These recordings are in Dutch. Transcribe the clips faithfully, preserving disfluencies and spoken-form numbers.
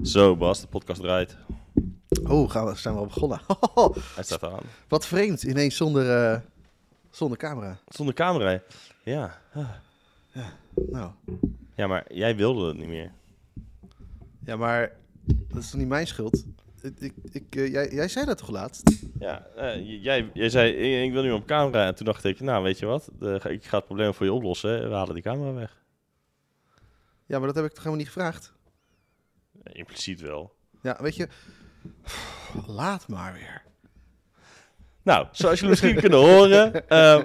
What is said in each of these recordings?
Zo Bas, de podcast draait. Oh, gaan we, zijn we al begonnen. Hij staat aan. Wat vreemd, ineens zonder, uh, zonder camera. Zonder camera, ja. Ja, nou. Ja, maar jij wilde het niet meer. Ja, maar dat is toch niet mijn schuld? Ik, ik, ik, uh, jij, jij zei dat toch laatst? Ja, uh, jij, jij zei, ik, ik wil niet meer op camera. En toen dacht ik, nou weet je wat, de, ik ga het probleem voor je oplossen. We halen die camera weg. Ja, maar dat heb ik toch helemaal niet gevraagd? Impliciet wel. Ja, weet je, laat maar weer. Nou, zoals jullie misschien kunnen horen, uh,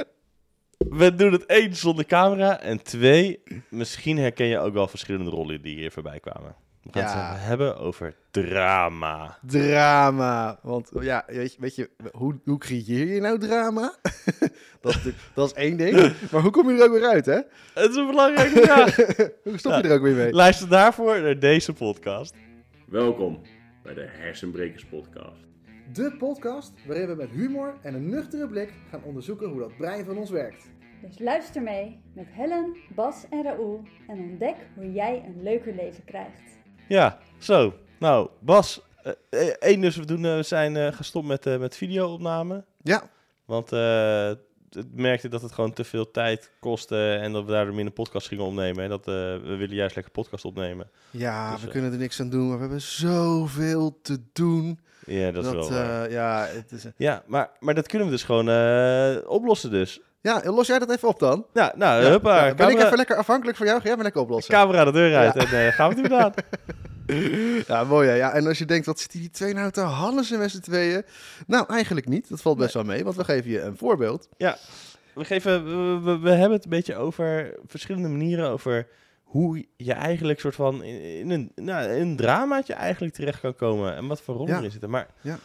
we doen het één zonder camera. En twee, misschien herken je ook wel verschillende rollen die hier voorbij kwamen. We gaan Ja. het hebben over drama. Drama. Want ja, weet je, weet je hoe, hoe creëer je nou drama? dat, is, dat is één ding. Maar hoe kom je er ook weer uit, hè? Het is een belangrijke vraag. Hoe stop Ja. je er ook weer mee? Luister daarvoor naar deze podcast. Welkom bij de Hersenbrekers podcast. De podcast waarin we met humor en een nuchtere blik gaan onderzoeken hoe dat brein van ons werkt. Dus luister mee met Helen, Bas en Raoul en ontdek hoe jij een leuker leven krijgt. Ja, zo. Nou, Bas, uh, één dus, we, doen, uh, we zijn uh, gestopt met, uh, met video-opname. Ja. Want uh, het merkte dat het gewoon te veel tijd kostte en dat we daardoor minder podcast gingen opnemen. En dat, uh, we willen juist lekker podcast opnemen. Ja, Dus, we uh, kunnen er niks aan doen, maar we hebben zoveel te doen. Ja, dat, dat is wel waar. uh, ja, het is, uh... Ja, maar, maar dat kunnen we dus gewoon uh, oplossen dus. ja, los jij dat even op dan? Ja, nou, Ja, huppa. ja, ben camera, ik even lekker afhankelijk van jou? Ga jij maar lekker oplossen. camera de deur uit Ja. en uh, gaan we het inderdaad. Ja, mooi hè. Ja, en als je denkt, wat zitten die twee nou te hallesen met z'n tweeën? Nou, eigenlijk niet. Dat valt best wel mee, want we geven je een voorbeeld. Ja, we, geven, we, we, we hebben het een beetje over verschillende manieren over hoe je eigenlijk soort van in, in, een, nou, in een dramaatje eigenlijk terecht kan komen en wat voor rollen Ja. erin zitten. Maar Ja.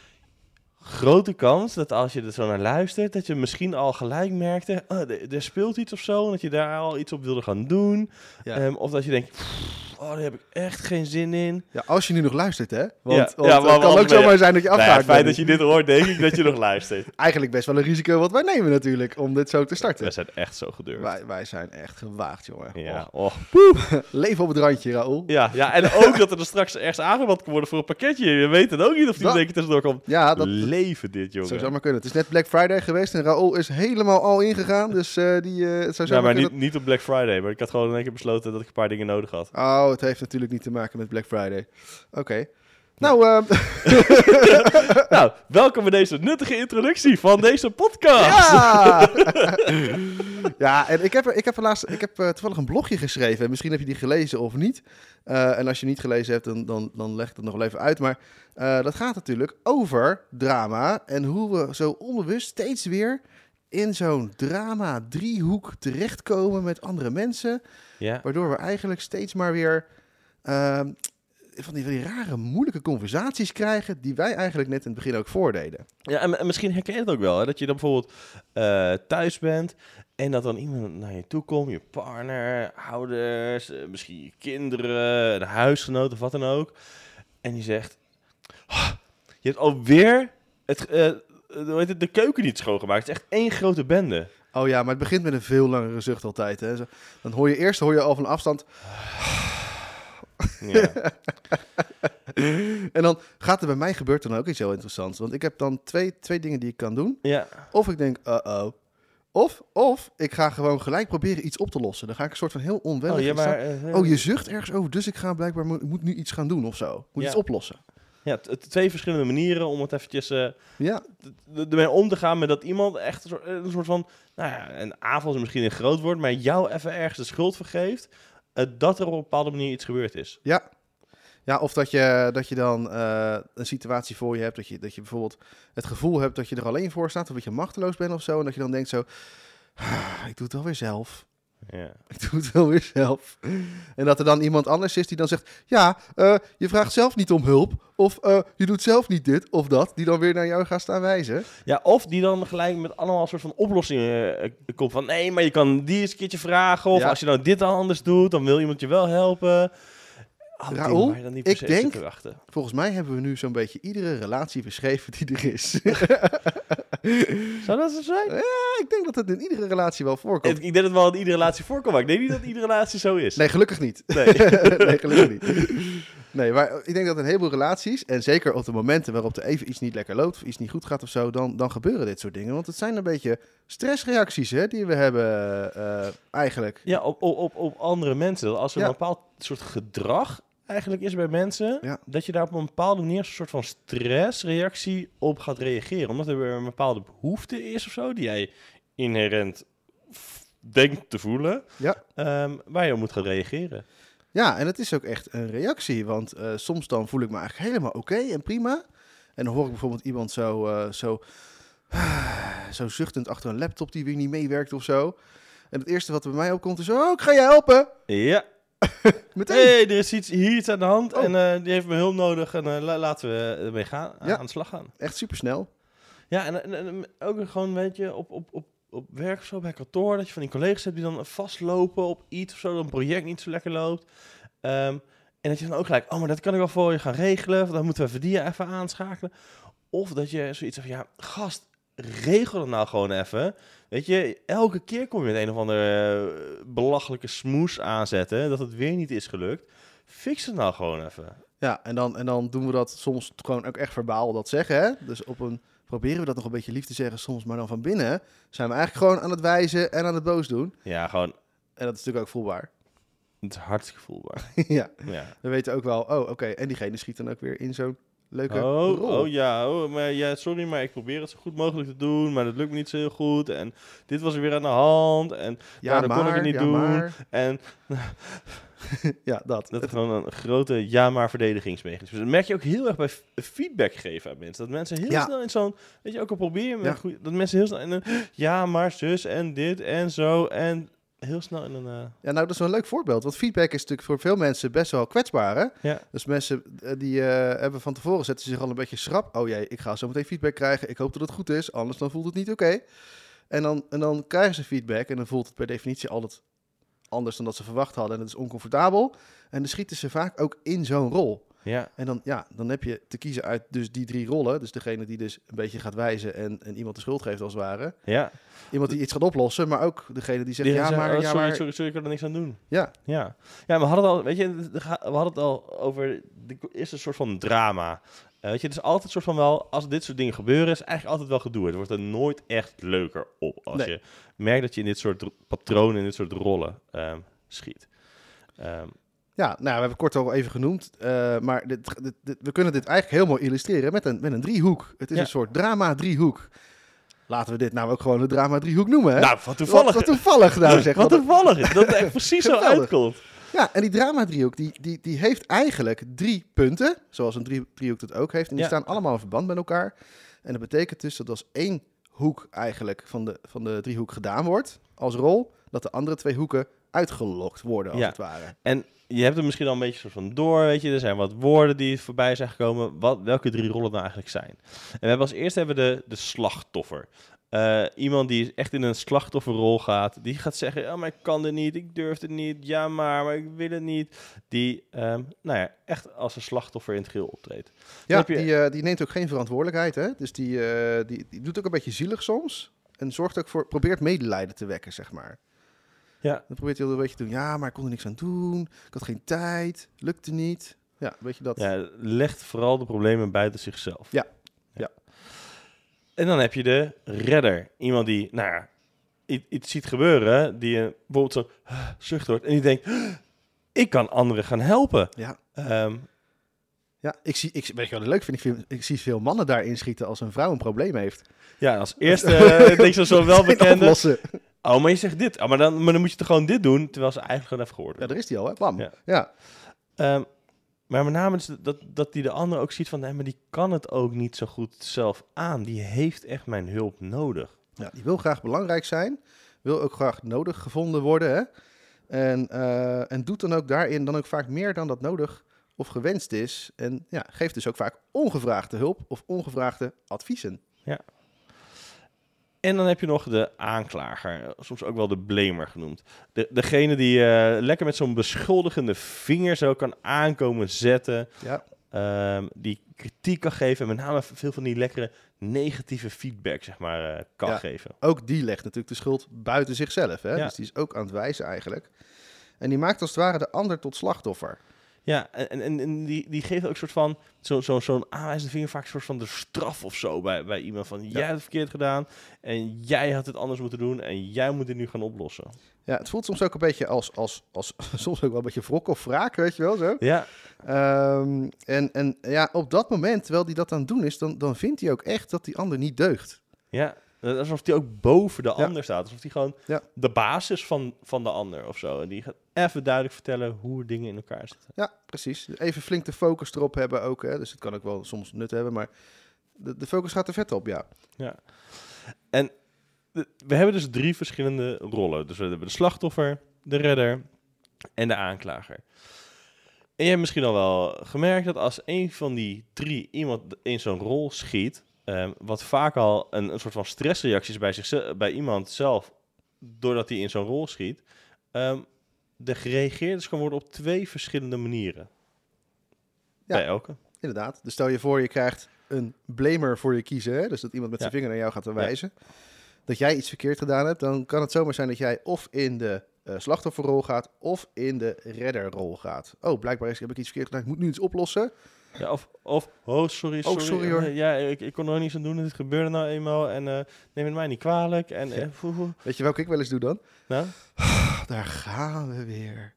grote kans dat als je er zo naar luistert, dat je misschien al gelijk merkte, oh, er, er speelt iets of zo, en dat je daar al iets op wilde gaan doen. Ja. Um, of dat je denkt, pff, oh, daar heb ik echt geen zin in. Ja, als je nu nog luistert, hè? Want, Ja, want ja, het maar- kan maar- ook zomaar zijn dat je Nou ja, afgaat. het feit dat je dit hoort, denk ik dat je nog luistert. Eigenlijk best wel een risico wat wij nemen natuurlijk, om dit zo te starten. We zijn echt zo gedurfd. Wij, wij zijn echt gewaagd, jongen. Ja, Och. oh. Leven op het randje, Raoul. Ja, ja, en ook dat er dan straks ergens aangebeld kan worden voor een pakketje. Je weet het ook niet of die Dat- er denk ik tussendoor komt. Ja, dat Leven dit, jongen. zou zomaar kunnen. Het is net Black Friday geweest en Raoul is helemaal al ingegaan. Dus uh, die, uh, het zou Ja, zomaar maar kunnen. niet, niet op Black Friday. Maar ik had gewoon in één keer besloten dat ik een paar dingen nodig had. Oh, het heeft natuurlijk niet te maken met Black Friday. Oké. Okay. Nou, uh... Nou, welkom bij deze nuttige introductie van deze podcast. ja! Ja, en ik heb, er- ik heb, er laatst, ik heb uh, toevallig een blogje geschreven. Misschien heb je die gelezen of niet. Uh, en als je niet gelezen hebt, dan, dan, dan leg ik het nog wel even uit. Maar uh, dat gaat natuurlijk over drama. En hoe we zo onbewust steeds weer in zo'n drama-driehoek terechtkomen met andere mensen. Ja. Waardoor we eigenlijk steeds maar weer uh, van, die, van die rare, moeilijke conversaties krijgen. Die wij eigenlijk net in het begin ook voordeden. Ja, en, en misschien herken je het ook wel. Hè? Dat je dan bijvoorbeeld uh, thuis bent en dat dan iemand naar je toe komt. Je partner, ouders, uh, misschien je kinderen, een huisgenoot of wat dan ook. En die zegt, oh, je hebt alweer het, uh, hoe heet het, de keuken niet schoongemaakt. Het is echt één grote bende. Oh ja, maar het begint met een veel langere zucht altijd. Hè. Zo, dan hoor je eerst hoor je al van afstand. Ja. En dan gaat er bij mij gebeurt er dan ook iets heel interessants. Want ik heb dan twee, twee dingen die ik kan doen. Ja. Of ik denk, uh-oh. Of, of ik ga gewoon gelijk proberen iets op te lossen. Dan ga ik een soort van heel onwellig... Oh, ja, iets maar, staan- uh, oh, je zucht ergens over, dus ik ga blijkbaar mo- moet nu iets gaan doen of zo. Moet Ja. iets oplossen. Ja, t- t- twee verschillende manieren om het eventjes uh, Ja, d- d- ermee om te gaan met dat iemand echt een soort, een soort van, nou ja, een aanval is misschien een groot woord, maar jou even ergens de schuld vergeeft uh, dat er op een bepaalde manier iets gebeurd is. ja. Ja, of dat je, dat je dan uh, een situatie voor je hebt, dat je, dat je bijvoorbeeld het gevoel hebt dat je er alleen voor staat, of dat je machteloos bent of zo, en dat je dan denkt zo, ah, ik doe het wel weer zelf. Ja. Ik doe het wel weer zelf. En dat er dan iemand anders is die dan zegt, ja, uh, je vraagt zelf niet om hulp, of uh, je doet zelf niet dit of dat, die dan weer naar jou gaat staan wijzen. Ja, of die dan gelijk met allemaal soort van oplossingen uh, komt van, nee, maar je kan die eens een keertje vragen, of Ja. als je nou dit dan anders doet, dan wil iemand je wel helpen. Oh, dingen Raoul, waar je dan niet per ik se denk- zit te wachten. Volgens mij hebben we nu zo'n beetje iedere relatie beschreven die er is. Zou dat zo zijn? Ja, ik denk dat het in iedere relatie wel voorkomt. Ik, ik denk dat het wel in iedere relatie voorkomt, maar ik denk niet dat iedere relatie zo is. Nee, gelukkig niet. Nee. Nee, gelukkig niet. Nee, maar ik denk dat een heleboel relaties, en zeker op de momenten waarop er even iets niet lekker loopt of iets niet goed gaat of zo, dan, dan gebeuren dit soort dingen. Want het zijn een beetje stressreacties hè, die we hebben uh, eigenlijk. Ja, op, op, op, op andere mensen. Als er Ja. een bepaald soort gedrag eigenlijk is bij mensen, Ja. dat je daar op een bepaalde manier een soort van stressreactie op gaat reageren. Omdat er weer een bepaalde behoefte is of zo, die jij inherent f- denkt te voelen, Ja. um, waar je op moet gaan reageren. Ja, en het is ook echt een reactie, want uh, soms dan voel ik me eigenlijk helemaal oké okay en prima. En dan hoor ik bijvoorbeeld iemand zo, uh, zo, zo zuchtend achter een laptop die weer niet meewerkt of zo. En het eerste wat bij mij opkomt is, oh, ik ga je helpen. Ja. Meteen. Hey, er is iets, hier iets aan de hand Oh. en uh, die heeft me hulp nodig en uh, la- laten we ermee gaan, Ja. aan de slag gaan. Echt supersnel. Ja, en, en, en ook gewoon, weet je, op, op, op, op werk of zo, bij kantoor, dat je van die collega's hebt die dan vastlopen op iets of zo, dat een project niet zo lekker loopt. Um, en dat je dan ook gelijk, oh, maar dat kan ik wel voor je gaan regelen, dan moeten we even die even aanschakelen. Of dat je zoiets van, ja, gast, regel dat nou gewoon even. Weet je, elke keer kom je met een of andere uh, belachelijke smoes aanzetten, dat het weer niet is gelukt. Fix het nou gewoon even. Ja, en dan, en dan doen we dat soms gewoon ook echt verbaal dat zeggen. Hè? Dus op een, proberen we dat nog een beetje lief te zeggen soms, maar dan van binnen zijn we eigenlijk gewoon aan het wijzen en aan het boos doen. Ja, gewoon, En dat is natuurlijk ook voelbaar. het is hartstikke voelbaar. Ja, Ja. we weten ook wel, oh oké, okay, en diegene schiet dan ook weer in zo'n leuke Oh, rol. oh ja, oh, maar ja, sorry, maar ik probeer het zo goed mogelijk te doen, maar dat lukt me niet zo heel goed. En dit was er weer aan de hand en Ja, nou, dat kon ik het niet ja, doen. maar. En Ja, dat. dat is gewoon een grote ja-maar verdedigingsmechanisme. Dus dat merk je ook heel erg bij f- feedback geven aan mensen. Dat mensen heel Ja. snel in zo'n, weet je, ook al probeer je met Ja. goeie- dat mensen heel snel in een ja, maar zus en dit en zo en heel snel in een... Uh, Ja, nou, dat is wel een leuk voorbeeld. Want feedback is natuurlijk voor veel mensen best wel kwetsbaar, hè? ja. Dus mensen uh, die uh, hebben van tevoren zetten zich al een beetje schrap. Oh jee, ik ga zo meteen feedback krijgen. Ik hoop dat het goed is, anders dan voelt het niet oké. Okay. En, dan, en dan krijgen ze feedback en dan voelt het per definitie altijd anders dan dat ze verwacht hadden. En dat is oncomfortabel. En dan schieten ze vaak ook in zo'n rol. Ja. En dan, ja, dan heb je te kiezen uit dus die drie rollen. Dus degene die dus een beetje gaat wijzen en, en iemand de schuld geeft als het ware. Ja. Iemand die iets gaat oplossen, maar ook degene die zegt, Die ja, zeggen, maar, oh, ja, sorry, maar... sorry, sorry, ik kan er niks aan doen. Ja, Ja, ja, we hadden het al, weet je, we hadden het al over, er is een soort van drama. Uh, weet je, het is altijd een soort van wel, als dit soort dingen gebeuren, is eigenlijk altijd wel gedoe. Het wordt er nooit echt leuker op als Nee. je merkt dat je in dit soort r- patronen, in dit soort rollen um, schiet. Um, ja, nou, we hebben kort al even genoemd, uh, maar dit, dit, dit, we kunnen dit eigenlijk heel mooi illustreren met een, met een driehoek. Het is Ja. een soort drama-driehoek. Laten we dit nou ook gewoon de drama-driehoek noemen, hè? nou, wat toevallig. Wat, wat toevallig, nou zeg. Wat Wat- toevallig is, dat het echt precies zo Geweldig. uitkomt. Ja, en die drama-driehoek, die, die, die heeft eigenlijk drie punten, zoals een drie, driehoek dat ook heeft. En die Ja. staan allemaal in verband met elkaar. En dat betekent dus dat als één hoek eigenlijk van de, van de driehoek gedaan wordt, als rol, dat de andere twee hoeken uitgelokt worden, als Ja. het ware. En je hebt er misschien al een beetje soort van door, weet je. Er zijn wat woorden die voorbij zijn gekomen, wat, welke drie rollen nou eigenlijk zijn. En we hebben als eerste hebben we de, de slachtoffer. Uh, iemand die echt in een slachtofferrol gaat, die gaat zeggen, ja, maar ik kan het niet, ik durf het niet, ja, maar, maar ik wil het niet. Die, um, nou ja, echt als een slachtoffer in het geheel optreedt. Dan Ja, heb je- die, uh, die neemt ook geen verantwoordelijkheid, hè? Dus die, uh, die, die doet ook een beetje zielig soms. En zorgt ook voor, probeert medelijden te wekken, zeg maar. Ja. Dan probeert hij een beetje te doen, ja, maar ik kon er niks aan doen. Ik had geen tijd, lukte niet. Ja, weet je dat? Ja, legt vooral de problemen buiten zichzelf. Ja. Ja. En dan heb je de redder. Iemand die, nou ja, i- iets ziet gebeuren, die uh, bijvoorbeeld zo uh, zucht wordt en die denkt, uh, ik kan anderen gaan helpen. Ja. Um, Ja, ik zie, ik, weet je wat ik leuk vind? Ik, vind, ik zie veel mannen daarin schieten als een vrouw een probleem heeft. ja, als eerste uh, denk je zo, zo welbekende. Oplossen. Oh, maar je zegt dit. Oh, maar, dan, maar dan moet je toch gewoon dit doen, terwijl ze eigenlijk gewoon even gehoord Ja, worden. daar is die al, hè? Bam. Ja. Ja. Um, maar met name is dat, dat die de ander ook ziet van, nee, maar die kan het ook niet zo goed zelf aan. Die heeft echt mijn hulp nodig. Ja, die wil graag belangrijk zijn. Wil ook graag nodig gevonden worden, hè? En, uh, en doet dan ook daarin dan ook vaak meer dan dat nodig of gewenst is. En ja, geeft dus ook vaak ongevraagde hulp of ongevraagde adviezen. Ja. En dan heb je nog de aanklager, soms ook wel de blamer genoemd. De, degene die uh, lekker met zo'n beschuldigende vinger zo kan aankomen zetten. Ja. Um, die kritiek kan geven en met name veel van die lekkere negatieve feedback, zeg maar, uh, kan Ja. geven. Ook die legt natuurlijk de schuld buiten zichzelf, hè? Ja. Dus die is ook aan het wijzen eigenlijk. En die maakt als het ware de ander tot slachtoffer. Ja, en, en, en die, die geeft ook een soort van, zo, zo, zo'n aanwijzende vinger vaak een soort van de straf of zo bij, bij iemand. Van, jij Ja. hebt het verkeerd gedaan en jij had het anders moeten doen en jij moet het nu gaan oplossen. Ja, het voelt soms ook een beetje als, als, als soms ook wel een beetje wrok of wraak, weet je wel, zo. Ja, Ehm, en, en ja, op dat moment, terwijl hij dat aan het doen is, dan, dan vindt hij ook echt dat die ander niet deugt. ja. Alsof die ook boven de Ja. ander staat. Alsof die gewoon Ja. de basis van, van de ander of zo. En die gaat even duidelijk vertellen hoe dingen in elkaar zitten. Ja, precies. Even flink de focus erop hebben ook, hè. Dus het kan ook wel soms nut hebben, maar de, de focus gaat er vet op, ja. Ja. En de- we hebben dus drie verschillende rollen. Dus we hebben de slachtoffer, de redder en de aanklager. En je hebt misschien al wel gemerkt dat als een van die drie iemand in zo'n rol schiet, ehm, wat vaak al een, een soort van stressreactie is bij, zich, bij iemand zelf, doordat hij in zo'n rol schiet, ehm, er gereageerd is kan worden op twee verschillende manieren. Ja. Bij elke. Inderdaad. Dus stel je voor, je krijgt een blamer voor je kiezen, hè? Dus dat iemand met zijn Ja. vinger naar jou gaat wijzen. Dat jij iets verkeerd gedaan hebt, dan kan het zomaar zijn dat jij of in de uh, slachtofferrol gaat, of in de redderrol gaat. Oh, blijkbaar is, heb ik iets verkeerd gedaan, ik moet nu iets oplossen. Ja, of, of, oh, sorry, Oh, sorry. sorry, hoor. eh, ja, ik, ik kon er ook niets aan doen. Dit gebeurde nou eenmaal. En uh, neem het mij niet kwalijk. En, Ja. eh, foe, foe. Weet je welke ik wel eens doe dan? Nou? Daar gaan we weer.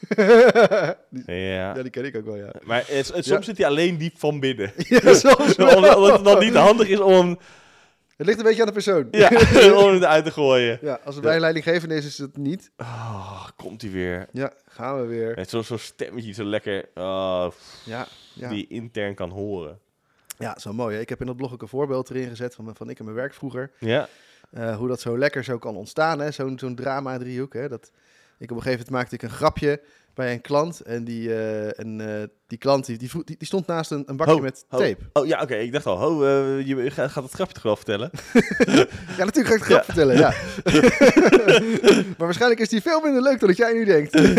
die, Ja. ja, die ken ik ook wel, ja. Maar het, het, Ja. soms zit hij alleen diep van binnen. Ja, soms wel. omdat, omdat het dan niet handig is om hem, Het ligt een beetje aan de persoon. ja, om hem eruit te gooien. Ja, als het bij een leidinggevende is, is het niet. Oh, komt hij weer. Ja, gaan we weer. Met zo'n zo'n stemmetje die zo lekker oh, Ja, ja. die je intern kan horen. Ja, zo mooi. Hè? Ik heb in dat blog ook een voorbeeld erin gezet van, van ik en mijn werk vroeger. Ja. Uh, hoe dat zo lekker zo kan ontstaan, hè? Zo'n zo'n drama-driehoek. Hè? Dat, ik op een gegeven moment maakte ik een grapje bij een klant. En die, uh, en, uh, die klant die, die, vroeg- die, die stond naast een, een bakje Ho, met ho. tape. Oh ja, oké. Ik dacht al, ho, uh, je gaat gaat het grapje toch wel vertellen? Ja, natuurlijk ga ik het grap Ja. vertellen, ja. Maar waarschijnlijk is die veel minder leuk dan dat jij nu denkt. Nee,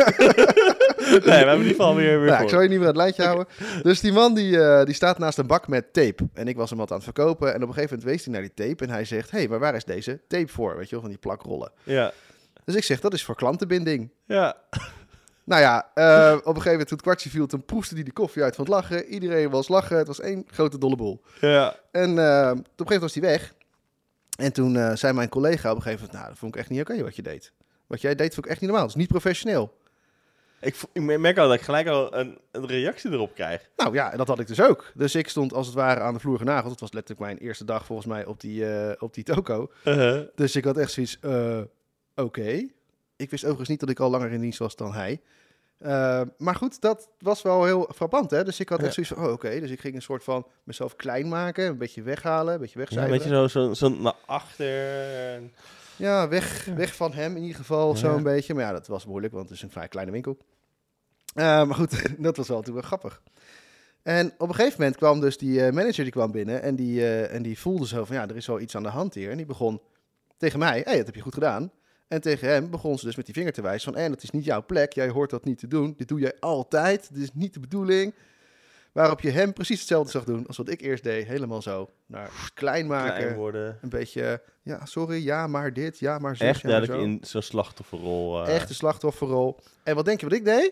we hebben in ieder geval weer, weer Nou, ik voor. zal je niet meer aan het lijntje houden. Dus die man die, uh, die staat naast een bak met tape. En ik was hem wat aan het verkopen. En op een gegeven moment wees hij naar die tape. En hij zegt, hé, hey, maar waar is deze tape voor? Weet je wel, van die plakrollen. Ja. Dus ik zeg, dat is voor klantenbinding. Ja. Nou ja, uh, op een gegeven moment toen het kwartje viel, toen proestte hij de koffie uit van het lachen. Iedereen was lachen. Het was één grote dolle boel. Ja. En uh, op een gegeven moment was hij weg. En toen uh, zei mijn collega op een gegeven moment, nou, dat vond ik echt niet oké wat je deed. Wat jij deed vond ik echt niet normaal. Dat is niet professioneel. Ik, vo- ik merk al dat ik gelijk al een, een reactie erop krijg. Nou ja, en dat had ik dus ook. Dus ik stond als het ware aan de vloer genageld. Het was letterlijk mijn eerste dag volgens mij op die, uh, op die toko. Uh-huh. Dus ik had echt zoiets, uh, oké. Okay. Ik wist overigens niet dat ik al langer in dienst was dan hij. Uh, maar goed, dat was wel heel frappant, hè. Dus ik had echt Ja. zoiets van, oh oké. Okay. Dus ik ging een soort van mezelf klein maken, een beetje weghalen, een beetje Ja, een wegcijferen. beetje zo, zo, zo naar achter. en- Ja, weg, weg van hem in ieder geval, Ja. zo'n beetje. Maar ja, dat was moeilijk, want het is een vrij kleine winkel. Uh, maar goed, dat was wel toen wel grappig. En op een gegeven moment kwam dus die uh, manager die kwam binnen en die, uh, en die voelde zo van, ja, er is wel iets aan de hand hier. En die begon tegen mij, hé, hey, dat heb je goed gedaan. En tegen hem begon ze dus met die vinger te wijzen van, en dat is niet jouw plek, jij hoort dat niet te doen. Dit doe jij altijd, dit is niet de bedoeling. Waarop je hem precies hetzelfde zag doen als wat ik eerst deed. Helemaal zo naar klein maken. Klein worden. Een beetje, ja, sorry, ja, maar dit, ja, maar zo. Echt ja, maar duidelijk zo. in zo'n slachtofferrol. uh. Echt de slachtofferrol. En wat denk je wat ik deed?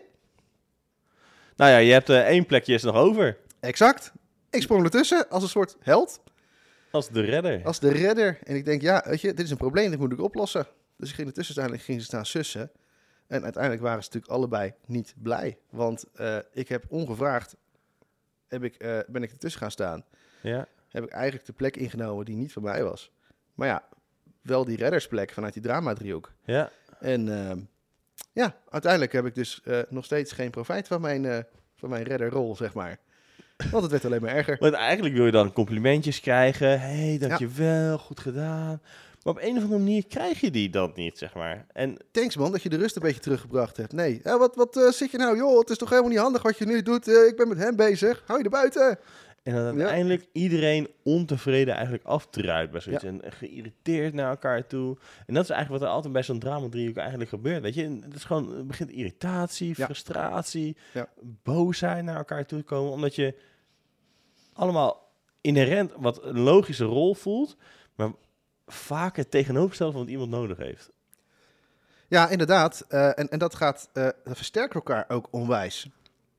Nou ja, je hebt uh, één plekje is nog over. Exact. Ik sprong ertussen als een soort held. Als de redder. Als de redder. En ik denk, ja, weet je, dit is een probleem, dit moet ik oplossen. Dus ik ging ertussen staan en gingen ze staan sussen. En uiteindelijk waren ze natuurlijk allebei niet blij. Want uh, ik heb ongevraagd, heb ik, uh, ben ik ertussen gaan staan. Ja. Heb ik eigenlijk de plek ingenomen die niet van mij was. Maar ja, wel die reddersplek vanuit die drama-driehoek. Ja. En uh, ja, uiteindelijk heb ik dus uh, nog steeds geen profijt van mijn, uh, van mijn redderrol, zeg maar. Want het werd alleen maar erger. Want eigenlijk wil je dan complimentjes krijgen. Hé, hey, dankjewel, goed gedaan. Maar op een of andere manier krijg je die dan niet, zeg maar. En Thanks man, dat je de rust een beetje teruggebracht hebt. Nee, ja, wat, wat uh, zit je nou? Joh, het is toch helemaal niet handig wat je nu doet. Uh, ik ben met hem bezig. Hou je er buiten. En dan uiteindelijk ja. iedereen ontevreden eigenlijk afdruipt bij zoiets. Ja. En geïrriteerd naar elkaar toe. En dat is eigenlijk wat er altijd bij zo'n drama-driehoek eigenlijk gebeurt. Weet je, het is gewoon, het begint irritatie, ja. frustratie, ja. boosheid naar elkaar toe te komen. Omdat je allemaal inherent wat een logische rol voelt, maar vaak het tegenovergestelde van wat iemand nodig heeft. Ja, inderdaad. Uh, en, en dat gaat, uh, dat versterkt elkaar ook onwijs.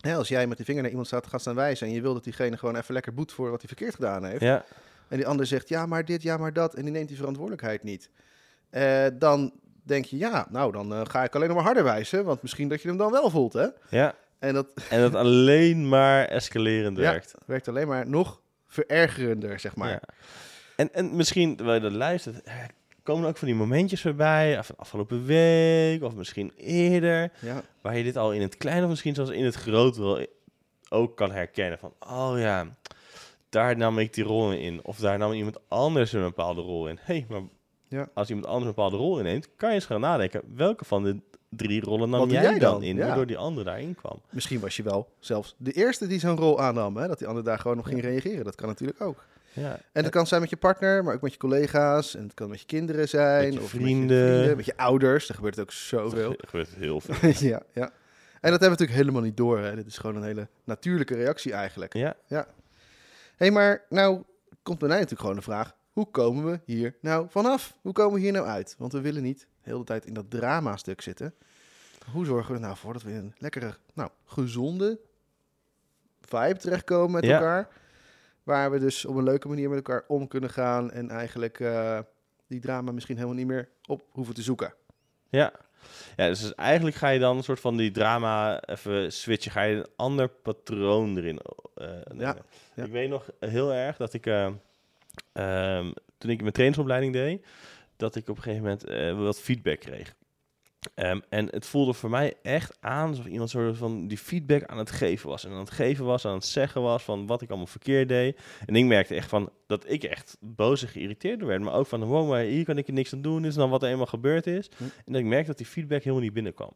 Hè, als jij met die vinger naar iemand staat te gaan staan wijzen en je wil dat diegene gewoon even lekker boet voor wat hij verkeerd gedaan heeft. Ja, En die ander zegt, ja, maar dit, ja, maar dat. En die neemt die verantwoordelijkheid niet. Eh, dan denk je, ja, nou, dan uh, ga ik alleen nog maar harder wijzen. Want misschien dat je hem dan wel voelt, hè? ja. En dat En dat alleen maar escalerend ja, werkt. werkt alleen maar nog verergerender, zeg maar. Ja. En, en misschien, terwijl je dat luistert, eh, komen er ook van die momentjes voorbij, of afgelopen week, of misschien eerder, Ja, waar je dit al in het klein of misschien zelfs in het groot wel ook kan herkennen. Van, oh ja, daar nam ik die rol in. Of daar nam iemand anders een bepaalde rol in. Hé, hey, maar Ja. als iemand anders een bepaalde rol inneemt, kan je eens gaan nadenken, welke van de drie rollen nam Wat doe jij, jij dan, dan? in, Ja. waardoor die andere daarin kwam. Misschien was je wel zelfs de eerste die zo'n rol aannam. Hè? Dat die ander daar gewoon op ging reageren. Dat kan natuurlijk ook. Ja. En dat kan zijn met je partner, maar ook met je collega's. En het kan met je kinderen zijn. Met je of vrienden. Met je, vrienden, met je ouders. Er gebeurt ook zoveel. Er gebeurt heel veel. ja, ja. En dat hebben we natuurlijk helemaal niet door. Hè? Dit is gewoon een hele natuurlijke reactie eigenlijk. Ja, Hé, hey, maar nou komt bij mij natuurlijk gewoon de vraag. Hoe komen we hier nou vanaf? Hoe komen we hier nou uit? Want we willen niet de hele tijd in dat drama-stuk zitten. Hoe zorgen we er nou voor dat we in een lekkere, nou, gezonde vibe terechtkomen met Ja. elkaar? Waar we dus op een leuke manier met elkaar om kunnen gaan. En eigenlijk uh, die drama misschien helemaal niet meer op hoeven te zoeken. ja. Ja, dus, dus eigenlijk ga je dan een soort van die drama even switchen. Ga je een ander patroon erin uh, nemen. Ja, ja. Ik weet nog heel erg dat ik, uh, um, toen ik mijn trainersopleiding deed, dat ik op een gegeven moment uh, wat feedback kreeg. Um, en het voelde voor mij echt aan alsof iemand soort van die feedback aan het geven was. En aan het geven was, aan het zeggen was van wat ik allemaal verkeerd deed. En ik merkte echt van dat ik echt boos en geïrriteerd werd. Maar ook van, wow, maar hier kan ik er niks aan doen. Dit is dan wat er eenmaal gebeurd is. Hm. En dat ik merkte dat die feedback helemaal niet binnenkwam.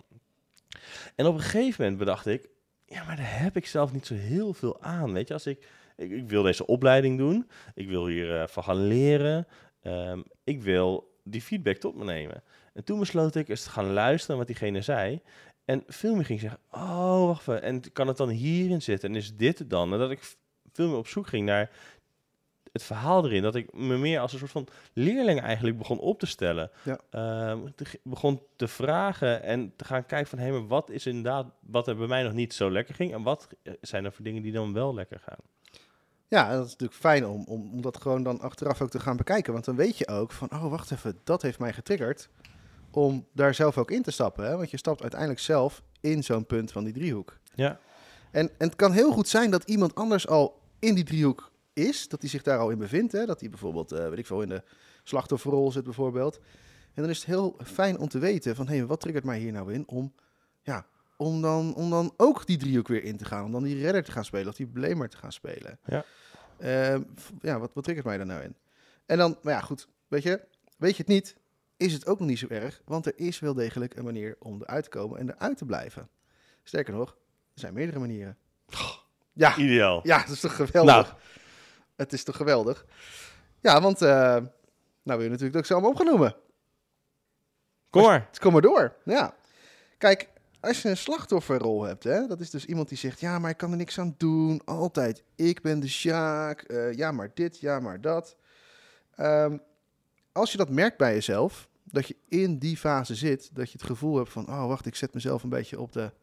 En op een gegeven moment bedacht ik, ja, maar daar heb ik zelf niet zo heel veel aan. Weet je, als ik, ik, ik wil deze opleiding doen. Ik wil hier uh, van gaan leren. Um, ik wil die feedback tot me nemen. En toen besloot ik eens te gaan luisteren naar wat diegene zei. En veel meer ging zeggen, oh, wacht even. En kan het dan hierin zitten? En is dit het dan? En dat ik veel meer op zoek ging naar het verhaal erin. Dat ik me meer als een soort van leerling eigenlijk begon op te stellen. Ja. Um, te, begon te vragen en te gaan kijken van, hé, maar wat is inderdaad, wat er bij mij nog niet zo lekker ging? En wat zijn er voor dingen die dan wel lekker gaan? Ja, dat is natuurlijk fijn om, om, om dat gewoon dan achteraf ook te gaan bekijken. Want dan weet je ook van, oh, wacht even, dat heeft mij getriggerd. Om daar zelf ook in te stappen. Hè? Want je stapt uiteindelijk zelf in zo'n punt van die driehoek. Ja. En, en het kan heel goed zijn dat iemand anders al in die driehoek is. Dat hij zich daar al in bevindt. Hè? Dat hij bijvoorbeeld, uh, weet ik veel, in de slachtofferrol zit bijvoorbeeld. En dan is het heel fijn om te weten van, hé, hey, wat triggert mij hier nou in? Om, ja, om, dan, om dan ook die driehoek weer in te gaan. Om dan die redder te gaan spelen of die blamer te gaan spelen. Ja. Uh, ja, wat, wat triggert mij daar nou in? En dan, maar ja, goed, weet je, weet je het niet, is het ook nog niet zo erg, want er is wel degelijk een manier om eruit te komen en eruit te blijven. Sterker nog, er zijn meerdere manieren. Ja, ideaal. Ja, dat is toch geweldig. Nou. Het is toch geweldig. Ja, want, uh, nou wil je natuurlijk ook zo allemaal opgenomen. Kom maar. Dus kom maar door. Ja. Kijk, als je een slachtofferrol hebt, hè, dat is dus iemand die zegt, ja, maar ik kan er niks aan doen. Altijd, ik ben de Sjaak. Uh, ja, maar dit, ja, maar dat. Um, als je dat merkt bij jezelf, dat je in die fase zit, dat je het gevoel hebt van, oh, wacht, ik zet mezelf een beetje op de,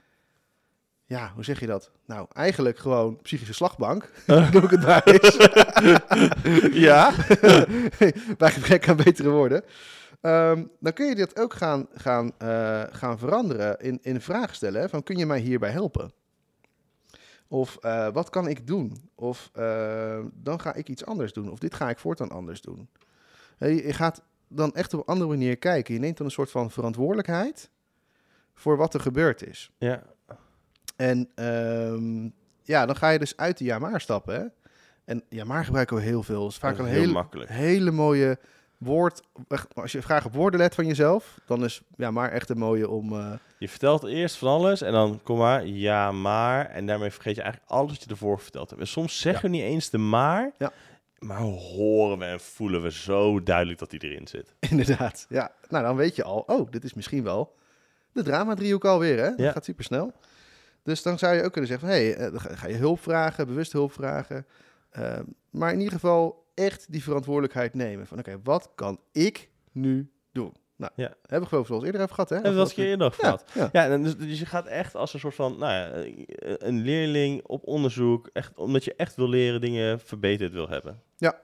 ja, hoe zeg je dat? Nou, eigenlijk gewoon psychische slagbank. Uh. Doe ik het bij eens. Ja. Bij gebrek aan betere woorden. Um, dan kun je dit ook gaan, gaan, uh, gaan veranderen in, in vraag stellen. Hè, van, kun je mij hierbij helpen? Of uh, wat kan ik doen? Of uh, dan ga ik iets anders doen. Of dit ga ik voortaan anders doen. Hey, je gaat dan echt op een andere manier kijken. Je neemt dan een soort van verantwoordelijkheid voor wat er gebeurd is. Ja. En um, ja, dan ga je dus uit de ja-maar stappen. Hè? En ja-maar gebruiken we heel veel. Het is vaak is een heel hele, makkelijk. hele mooie woord. Als je graag op woorden let van jezelf, dan is ja-maar echt een mooie om... Uh... Je vertelt eerst van alles en dan kom maar, ja, maar. En daarmee vergeet je eigenlijk alles wat je ervoor verteld hebt. En soms zeggen we ja. niet eens de maar... Ja. Maar horen we en voelen we zo duidelijk dat die erin zit. Inderdaad, ja. Nou, dan weet je al, oh, dit is misschien wel de drama-driehoek alweer, hè? Dat ja. gaat super snel. Dus dan zou je ook kunnen zeggen van, hé, hey, dan ga je hulp vragen, bewust hulp vragen. Uh, maar in ieder geval echt die verantwoordelijkheid nemen. Van, oké, okay, wat kan ik nu doen? Nou, Ja. hebben we geloof ik wel eens eerder over gehad, hè? Hebben we dat eens een keer eerder over Ja, gehad. ja. Ja, en dus, dus je gaat echt als een soort van, nou ja, een leerling op onderzoek, echt, omdat je echt wil leren, dingen verbeterd wil hebben.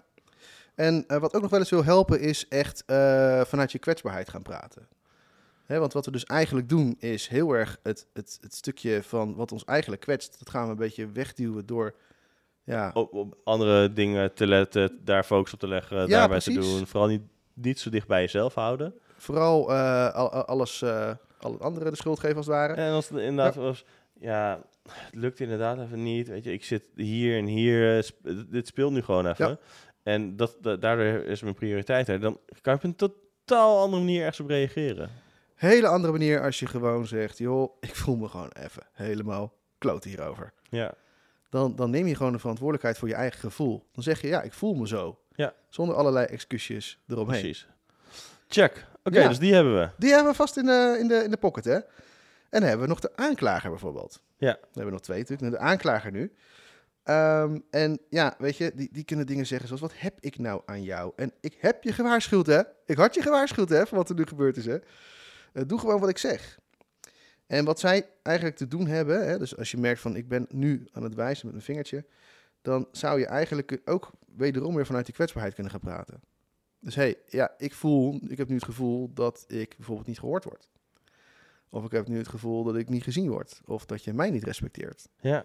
En uh, wat ook nog wel eens wil helpen is echt uh, vanuit je kwetsbaarheid gaan praten. Hè, want wat we dus eigenlijk doen is heel erg het, het, het stukje van wat ons eigenlijk kwetst, dat gaan we een beetje wegduwen door... Ja, Op, op andere dingen te letten, daar focus op te leggen, Ja, daarbij precies. te doen. Vooral niet, niet zo dicht bij jezelf houden. vooral uh, al, al- alles, uh, al het andere de schuld geven als het ware. En als het inderdaad was, ja, het lukt inderdaad even niet. Weet je, ik zit hier en hier, uh, sp- dit speelt nu gewoon even. Ja. En dat, dat, daardoor is mijn prioriteit er. Dan kan je op een totaal andere manier ergens op reageren. Hele andere manier als je gewoon zegt, joh, ik voel me gewoon even helemaal kloot hierover. Ja, Dan, dan neem je gewoon de verantwoordelijkheid voor je eigen gevoel. Dan zeg je, ja, ik voel me zo. Ja. Zonder allerlei excuusjes eromheen. precies. Check. Oké, Ja. dus die hebben we. Die hebben we vast in de, in, de, in de pocket, hè? En dan hebben we nog de aanklager bijvoorbeeld. Ja. Dan hebben we nog twee natuurlijk. De aanklager nu. Ehm, en ja, weet je, die, die kunnen dingen zeggen zoals, wat heb ik nou aan jou? En ik heb je gewaarschuwd, hè? Ik had je gewaarschuwd, hè, voor wat er nu gebeurd is, hè? Uh, doe gewoon wat ik zeg. En wat zij eigenlijk te doen hebben, hè, dus als je merkt van, ik ben nu aan het wijzen met mijn vingertje, dan zou je eigenlijk ook wederom weer vanuit die kwetsbaarheid kunnen gaan praten. Dus hé, hey, ja, ik voel, ik heb nu het gevoel dat ik bijvoorbeeld niet gehoord word. Of ik heb nu het gevoel dat ik niet gezien word. Of dat je mij niet respecteert. Ja.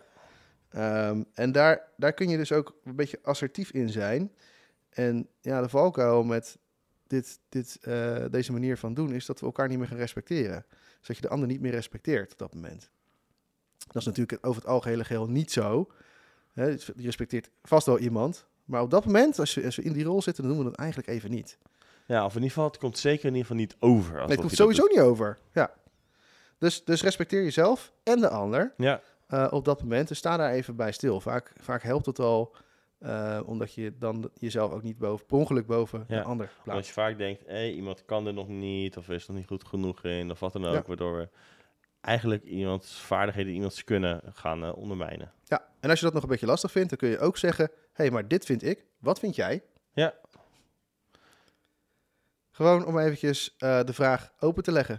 Um, en daar, daar kun je dus ook een beetje assertief in zijn. En ja, de valkuil met dit, dit, uh, deze manier van doen is dat we elkaar niet meer gaan respecteren. Dus dat je de ander niet meer respecteert op dat moment. Dat is natuurlijk over het algehele geheel niet zo. Hè, je respecteert vast wel iemand. Maar op dat moment, als, je, als we in die rol zitten, dan doen we dat eigenlijk even niet. Ja, of in ieder geval, het komt zeker in ieder geval niet over. Nee, het komt sowieso niet over. Ja. Dus, dus respecteer jezelf en de ander Ja. uh, op dat moment. Dus sta daar even bij stil. Vaak, vaak helpt het al, uh, omdat je dan jezelf ook niet boven, per ongeluk boven Ja. de ander Omdat plaatst. je vaak denkt, hé, hey, iemand kan er nog niet, of is er nog niet goed genoeg in, of wat dan ook. Ja. Waardoor we eigenlijk iemands vaardigheden, iemands kunnen gaan uh, ondermijnen. Ja, en als je dat nog een beetje lastig vindt, dan kun je ook zeggen, hé, hey, maar dit vind ik. Wat vind jij? Ja. Gewoon om eventjes uh, de vraag open te leggen.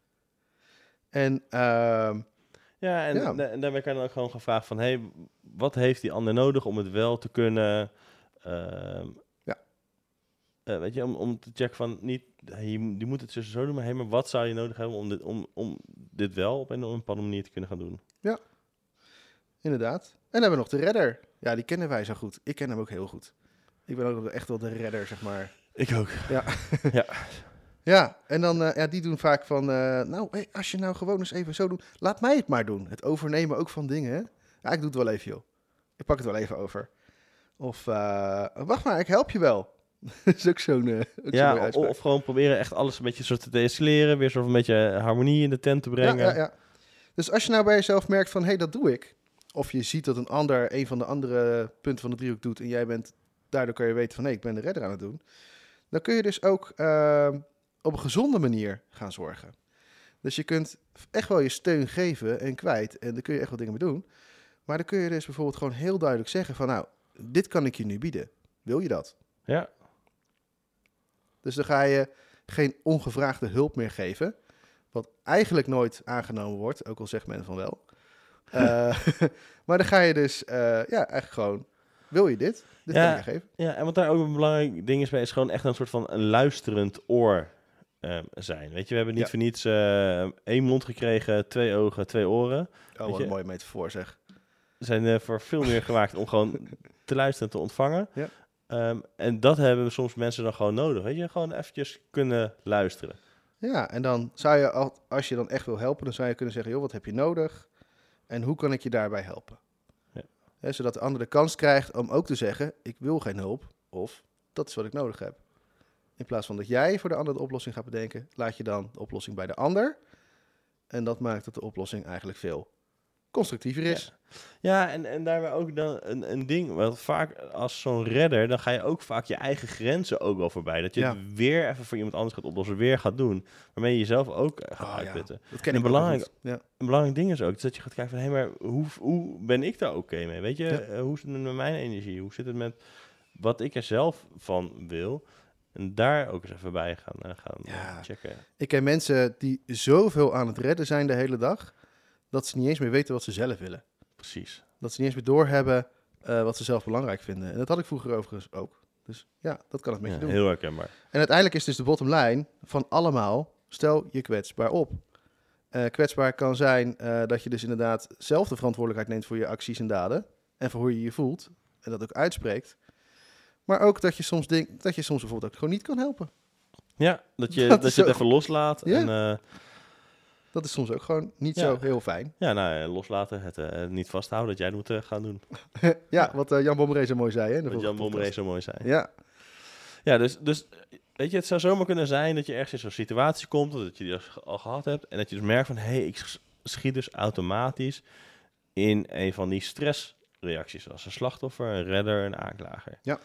En uh, Ja, en, Ja. da- en daarmee kan je dan ook gewoon gaan vragen van, hé, hey, wat heeft die ander nodig om het wel te kunnen? Uh, Ja. Uh, weet je, om, om te checken van, niet, hey, je, je moet het dus zo doen, maar, hey, maar wat zou je nodig hebben om dit, om, om dit wel op een, op een bepaalde manier te kunnen gaan doen? inderdaad. En dan hebben we nog de redder. Ja, die kennen wij zo goed. Ik ken hem ook heel goed. Ik ben ook echt wel de redder, zeg maar. Ik ook. Ja. Ja. Ja, en dan, uh, ja, die doen vaak van, uh, nou, hey, als je nou gewoon eens even zo doet, laat mij het maar doen. Het overnemen ook van dingen, hè. Ja, ik doe het wel even, joh. Ik pak het wel even over. Of, uh, wacht maar, ik help je wel. Dat is ook zo'n uh, ook zo'n mooie Ja, of, uitspraak. of gewoon proberen echt alles een beetje soort te deescaleren, weer soort een beetje harmonie in de tent te brengen. Ja, ja, ja. Dus als je nou bij jezelf merkt van, hé, hey, dat doe ik. Of je ziet dat een ander een van de andere punten van de driehoek doet en jij bent, daardoor kan je weten van, hé, hey, ik ben de redder aan het doen. Dan kun je dus ook uh, op een gezonde manier gaan zorgen. Dus je kunt echt wel je steun geven en kwijt en daar kun je echt wel dingen mee doen. Maar dan kun je dus bijvoorbeeld gewoon heel duidelijk zeggen van, nou, dit kan ik je nu bieden. Wil je dat? Ja. Dus dan ga je geen ongevraagde hulp meer geven. Wat eigenlijk nooit aangenomen wordt, ook al zegt men van wel. uh, maar dan ga je dus, uh, ja, eigenlijk gewoon, wil je dit? Dit Ja. kan ik je geven. Ja, en wat daar ook een belangrijk ding is bij, is gewoon echt een soort van een luisterend oor um, zijn. Weet je, we hebben niet Ja. voor niets uh, één mond gekregen, twee ogen, twee oren. Oh, wat een mooie metafoor zeg. We zijn uh, voor veel meer gemaakt om gewoon te luisteren en te ontvangen. Ja. Um, en dat hebben soms mensen dan gewoon nodig. Weet je, gewoon eventjes kunnen luisteren. Ja, en dan zou je, al- als je dan echt wil helpen, dan zou je kunnen zeggen, joh, wat heb je nodig? En hoe kan ik je daarbij helpen? Ja. Hè, zodat de ander de kans krijgt om ook te zeggen, ik wil geen hulp, of dat is wat ik nodig heb. In plaats van dat jij voor de ander de oplossing gaat bedenken, laat je dan de oplossing bij de ander. En dat maakt dat de oplossing eigenlijk veel constructiever is. Ja, en, en daarbij ook dan een, een ding, want vaak als zo'n redder, dan ga je ook vaak je eigen grenzen ook wel voorbij. Dat je Ja. het weer even voor iemand anders gaat oplossen, weer gaat doen. Waarmee je jezelf ook uh, gaat Oh, ja. uitputten. Dat ken En ik ook belangrijk- goed. Ja. Een belangrijk ding is ook dat je gaat kijken van, hé, maar hoe, hoe ben ik daar oké mee? Weet je, Ja. uh, hoe zit het met mijn energie? Hoe zit het met wat ik er zelf van wil? En daar ook eens even bij gaan, uh, gaan Ja. uh, checken. Ik ken mensen die zoveel aan het redden zijn de hele dag, dat ze niet eens meer weten wat ze zelf willen. Precies. Dat ze niet eens meer doorhebben uh, wat ze zelf belangrijk vinden. En dat had ik vroeger overigens ook. Dus ja, dat kan het met Ja, je doen. heel herkenbaar. En uiteindelijk is dus de bottom line van allemaal, stel je kwetsbaar op. Uh, kwetsbaar kan zijn uh, dat je dus inderdaad zelf de verantwoordelijkheid neemt voor je acties en daden. En voor hoe je je voelt. En dat ook uitspreekt. Maar ook dat je soms, denk, dat je soms bijvoorbeeld ook gewoon niet kan helpen. Ja, dat je, Dat dat is je het ook- even loslaat. Ja. En, uh, Dat is soms ook gewoon niet Ja. zo heel fijn. ja, nou, uh, loslaten, het uh, niet vasthouden, dat jij het moet uh, gaan doen. Ja, wat uh, Jan Bommeré zo mooi zei. Hè, in de Wat vorige Jan Bommeré podcast. zo mooi zei. Ja, Ja, dus, dus weet je, het zou zomaar kunnen zijn dat je ergens in zo'n situatie komt, dat je die al gehad hebt, en dat je dus merkt van, hé, hey, ik sch- schiet dus automatisch in een van die stressreacties, zoals een slachtoffer, een redder, een aanklager. Ja.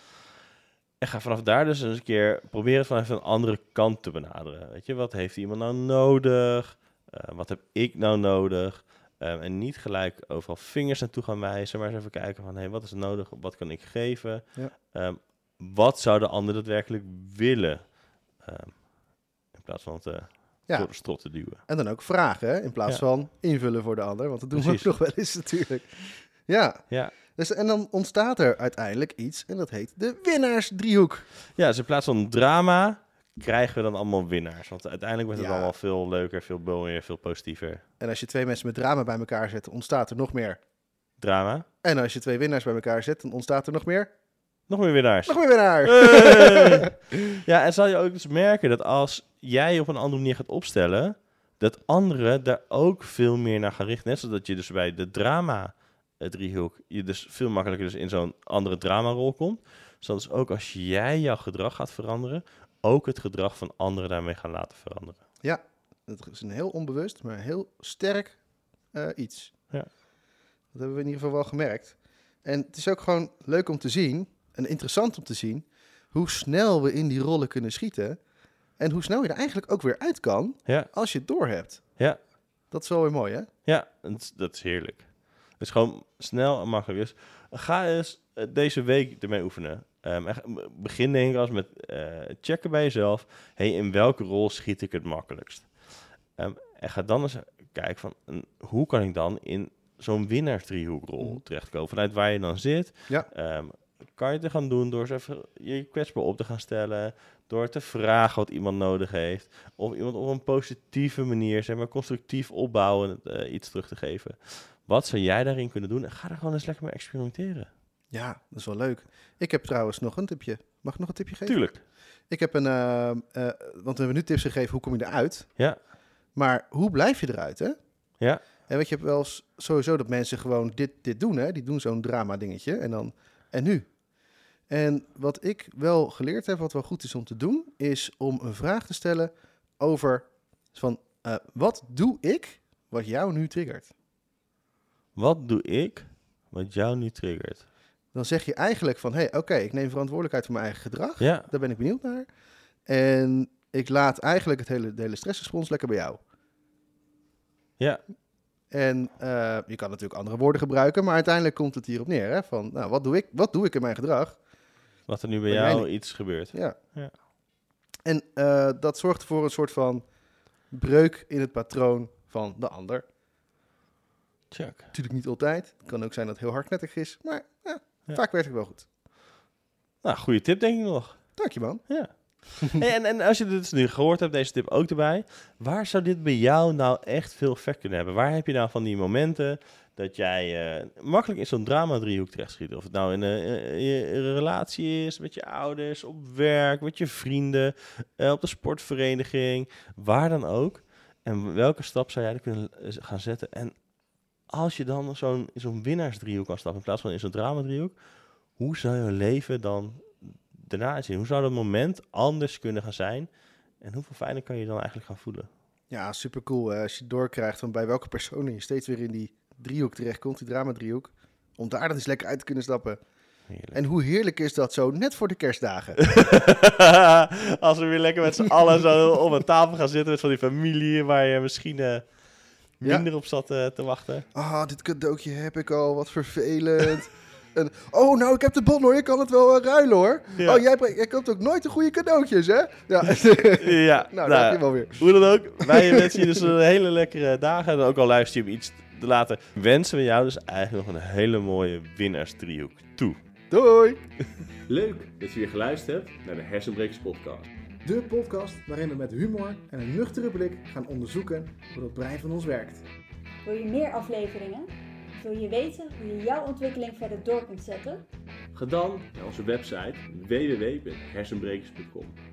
En ga vanaf daar dus eens een keer proberen het vanuit een andere kant te benaderen. Weet je, wat heeft iemand nou nodig? Uh, wat heb ik nou nodig? Um, en niet gelijk overal vingers naartoe gaan wijzen, maar eens even kijken van, hé, hey, wat is er nodig? Wat kan ik geven? Ja. Um, wat zou de ander daadwerkelijk willen? Um, in plaats van het uh, Ja. door de strot te duwen. En dan ook vragen, hè, in plaats Ja. van invullen voor de ander. Want dat doen Precies. we ook nog wel eens natuurlijk. Ja, Ja. dus, en dan ontstaat er uiteindelijk iets en dat heet de winnaarsdriehoek. ja, dus in plaats van drama krijgen we dan allemaal winnaars. Want uiteindelijk wordt het Ja. allemaal veel leuker, veel mooier, veel positiever. En als je twee mensen met drama bij elkaar zet, ontstaat er nog meer. Drama, En als je twee winnaars bij elkaar zet, dan ontstaat er nog meer. nog meer winnaars. Nog meer winnaar. Hey! Ja, en zal je ook dus merken dat als jij op een andere manier gaat opstellen, dat anderen daar ook veel meer naar gaan richten. Net zodat je dus bij de drama eh, driehoek, je dus veel makkelijker dus in zo'n andere dramarol komt. Zodat dus ook als jij jouw gedrag gaat veranderen, ook het gedrag van anderen daarmee gaan laten veranderen. Ja, dat is een heel onbewust, maar heel sterk uh, iets. Ja. Dat hebben we in ieder geval wel gemerkt. En het is ook gewoon leuk om te zien, en interessant om te zien, hoe snel we in die rollen kunnen schieten. En hoe snel je er eigenlijk ook weer uit kan, Ja, als je het doorhebt. ja, Dat is wel weer mooi, hè? ja, dat is, dat is heerlijk. Het is gewoon snel en makkelijk. Dus ga eens uh, deze week ermee oefenen. Um, en ga- begin denk ik als met uh, checken bij jezelf. Hey, in welke rol schiet ik het makkelijkst? Um, en ga dan eens kijken van um, hoe kan ik dan in zo'n winnaarsdriehoekrol Mhm. terechtkomen? Vanuit waar je dan zit. Ja. Um, kan je het er gaan doen door eens even je kwetsbaar op te gaan stellen. Door te vragen wat iemand nodig heeft. Of iemand op een positieve manier, zeg maar constructief opbouwen, uh, iets terug te geven. Wat zou jij daarin kunnen doen? En ga er gewoon eens lekker mee experimenteren. Ja, dat is wel leuk. Ik heb trouwens nog een tipje. Mag ik nog een tipje geven? Tuurlijk. Ik heb een, uh, uh, want we hebben nu tips gegeven, hoe kom je eruit? Ja. Maar hoe blijf je eruit, hè? Ja. En weet je, je hebt wel eens sowieso dat mensen gewoon dit, dit doen, hè? Die doen zo'n drama dingetje en dan, en nu? En wat ik wel geleerd heb, wat wel goed is om te doen, is om een vraag te stellen over van, uh, wat doe ik wat jou nu triggert? Wat doe ik wat jou nu triggert? Dan zeg je eigenlijk van, hé, hey, oké, okay, ik neem verantwoordelijkheid voor mijn eigen gedrag. Ja. Daar ben ik benieuwd naar. En ik laat eigenlijk het hele, de hele stressrespons lekker bij jou. Ja. En uh, je kan natuurlijk andere woorden gebruiken, maar uiteindelijk komt het hierop neer. Hè? Van, nou, wat doe ik, wat doe ik in mijn gedrag? Wat er nu bij Wat jou jij iets gebeurt. Ja. Ja. En uh, dat zorgt voor een soort van breuk in het patroon van de ander. Check. Natuurlijk niet altijd. Het kan ook zijn dat het heel hardnekkig is, maar ja, Ja. vaak werkt het wel goed. Nou, goede tip denk ik nog. Dank je, man. Ja. Hey, en, en als je dit dus nu gehoord hebt, deze tip ook erbij. Waar zou dit bij jou nou echt veel effect kunnen hebben? Waar heb je nou van die momenten dat jij uh, makkelijk in zo'n drama-driehoek terecht schiet? Of het nou in een, in een relatie is, met je ouders, op werk, met je vrienden, uh, op de sportvereniging, waar dan ook. En welke stap zou jij er kunnen gaan zetten? En als je dan zo'n, in zo'n winnaarsdriehoek kan stappen in plaats van in zo'n drama-driehoek, hoe zou je leven dan daarna zien? Hoe zou dat moment anders kunnen gaan zijn? En hoeveel fijner kan je dan eigenlijk gaan voelen? Ja, super cool. Als je doorkrijgt van bij welke personen je steeds weer in die driehoek terechtkomt, die drama-driehoek, om daar dan eens lekker uit te kunnen stappen. Heerlijk. En hoe heerlijk is dat zo, net voor de kerstdagen? Als we weer lekker met z'n allen zo op een tafel gaan zitten met van die familie waar je misschien uh, minder Ja. op zat uh, te wachten. Ah, dit cadeautje heb ik al, wat vervelend. En, oh, nou, ik heb de bon hoor, je kan het wel uh, ruilen hoor. Ja. Oh, jij, bre- jij koopt ook nooit de goede cadeautjes, hè? Ja, Ja, nou, daar heb je wel weer. Hoe dan ook, wij wensen je dus een hele lekkere dagen. En ook al luister je hem iets te later, wensen we jou dus eigenlijk nog een hele mooie winnaarsdriehoek toe. Doei! Leuk dat je weer geluisterd hebt naar de Hersenbrekers podcast. De podcast waarin we met humor en een nuchtere blik gaan onderzoeken hoe het brein van ons werkt. Wil je meer afleveringen? Of wil je weten hoe je jouw ontwikkeling verder door kunt zetten? Ga dan naar onze website w w w punt hersenbrekers punt com.